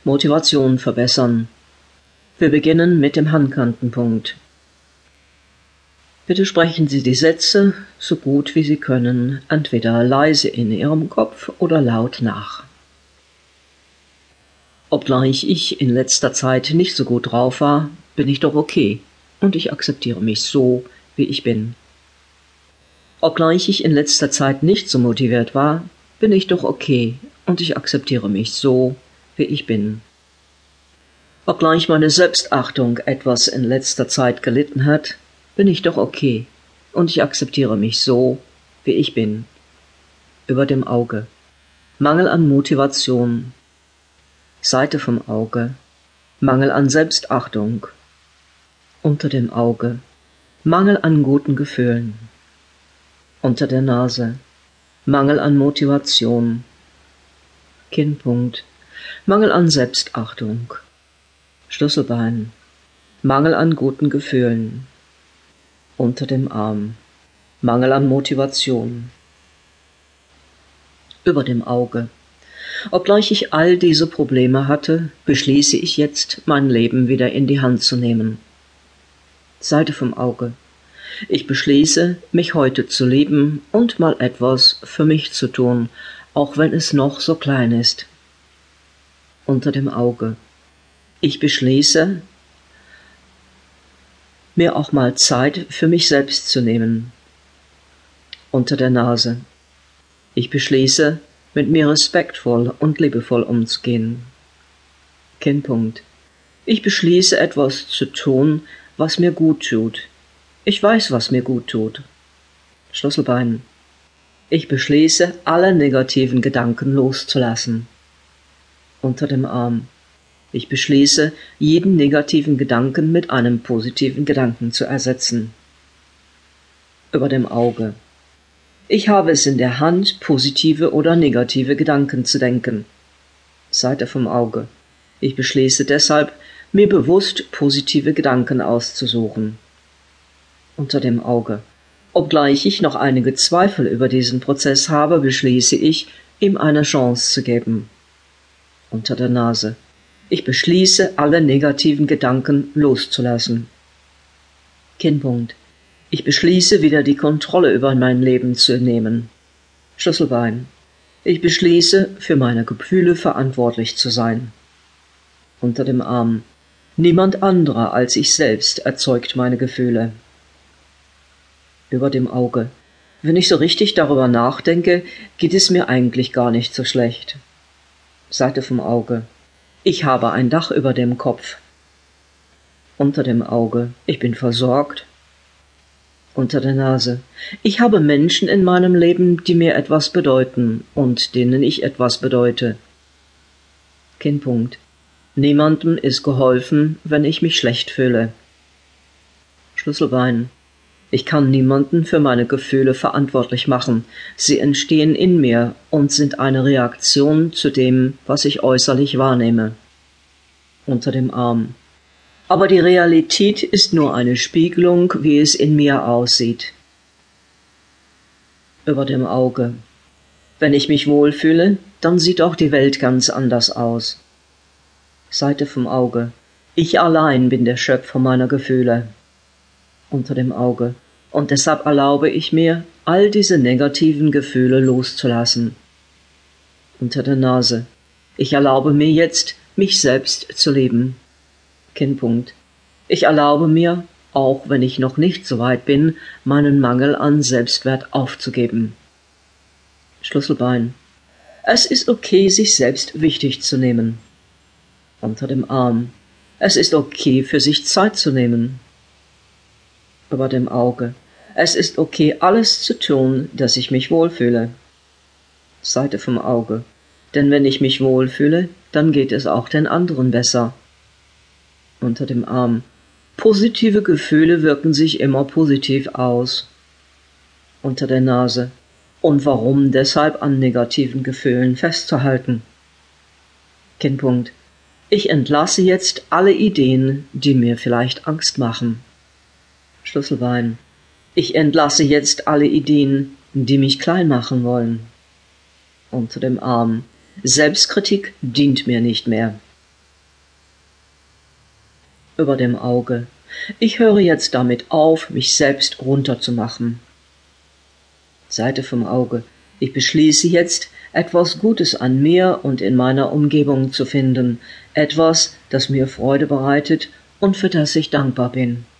Motivation verbessern. Wir beginnen mit dem Handkantenpunkt. Bitte sprechen Sie die Sätze so gut wie Sie können, entweder leise in Ihrem Kopf oder laut nach. Obgleich ich in letzter Zeit nicht so gut drauf war, bin ich doch okay und ich akzeptiere mich so, wie ich bin. Obgleich ich in letzter Zeit nicht so motiviert war, bin ich doch okay und ich akzeptiere mich so, wie ich bin. Obgleich meine Selbstachtung etwas in letzter Zeit gelitten hat, bin ich doch okay und ich akzeptiere mich so, wie ich bin. Über dem Auge. Mangel an Motivation. Seite vom Auge. Mangel an Selbstachtung. Unter dem Auge. Mangel an guten Gefühlen. Unter der Nase. Mangel an Motivation. Kinnpunkt. Mangel an Selbstachtung. Schlüsselbein. Mangel an guten Gefühlen. Unter dem Arm. Mangel an Motivation. Über dem Auge. Obgleich ich all diese Probleme hatte, beschließe ich jetzt, mein Leben wieder in die Hand zu nehmen. Seite vom Auge. Ich beschließe, mich heute zu lieben und mal etwas für mich zu tun, auch wenn es noch so klein ist. Unter dem Auge. Ich beschließe, mir auch mal Zeit für mich selbst zu nehmen. Unter der Nase. Ich beschließe, mit mir respektvoll und liebevoll umzugehen. Kinnpunkt. Ich beschließe, etwas zu tun, was mir gut tut. Ich weiß, was mir gut tut. Schlüsselbein. Ich beschließe, alle negativen Gedanken loszulassen. Unter dem Arm. Ich beschließe, jeden negativen Gedanken mit einem positiven Gedanken zu ersetzen. Über dem Auge. Ich habe es in der Hand, positive oder negative Gedanken zu denken. Seite vom Auge. Ich beschließe deshalb, mir bewusst positive Gedanken auszusuchen. Unter dem Auge. Obgleich ich noch einige Zweifel über diesen Prozess habe, beschließe ich, ihm eine Chance zu geben. Unter der Nase. Ich beschließe, alle negativen Gedanken loszulassen. Kinnpunkt. Ich beschließe, wieder die Kontrolle über mein Leben zu nehmen. Schlüsselbein. Ich beschließe, für meine Gefühle verantwortlich zu sein. Unter dem Arm. Niemand anderer als ich selbst erzeugt meine Gefühle. Über dem Auge. Wenn ich so richtig darüber nachdenke, geht es mir eigentlich gar nicht so schlecht. Seite vom Auge. Ich habe ein Dach über dem Kopf. Unter dem Auge. Ich bin versorgt. Unter der Nase. Ich habe Menschen in meinem Leben, die mir etwas bedeuten und denen ich etwas bedeute. Kinnpunkt. Niemandem ist geholfen, wenn ich mich schlecht fühle. Schlüsselbein. Ich kann niemanden für meine Gefühle verantwortlich machen. Sie entstehen in mir und sind eine Reaktion zu dem, was ich äußerlich wahrnehme. Unter dem Arm. Aber die Realität ist nur eine Spiegelung, wie es in mir aussieht. Über dem Auge. Wenn ich mich wohlfühle, dann sieht auch die Welt ganz anders aus. Seite vom Auge. Ich allein bin der Schöpfer meiner Gefühle. Unter dem Auge. Und deshalb erlaube ich mir, all diese negativen Gefühle loszulassen. Unter der Nase. Ich erlaube mir jetzt, mich selbst zu lieben. Kinnpunkt. Ich erlaube mir, auch wenn ich noch nicht so weit bin, meinen Mangel an Selbstwert aufzugeben. Schlüsselbein. Es ist okay, sich selbst wichtig zu nehmen. Unter dem Arm. Es ist okay, für sich Zeit zu nehmen. Über dem Auge. Es ist okay, alles zu tun, dass ich mich wohlfühle. Seite vom Auge. Denn wenn ich mich wohlfühle, dann geht es auch den anderen besser. Unter dem Arm. Positive Gefühle wirken sich immer positiv aus. Unter der Nase. Und warum deshalb an negativen Gefühlen festzuhalten? Kinnpunkt. Ich entlasse jetzt alle Ideen, die mir vielleicht Angst machen. Schlüsselbein. Ich entlasse jetzt alle Ideen, die mich klein machen wollen. Unter dem Arm. Selbstkritik dient mir nicht mehr. über dem Auge. Ich höre jetzt damit auf, mich selbst runterzumachen. Seite vom Auge. Ich beschließe jetzt, etwas Gutes an mir und in meiner Umgebung zu finden, etwas, das mir Freude bereitet und für das ich dankbar bin.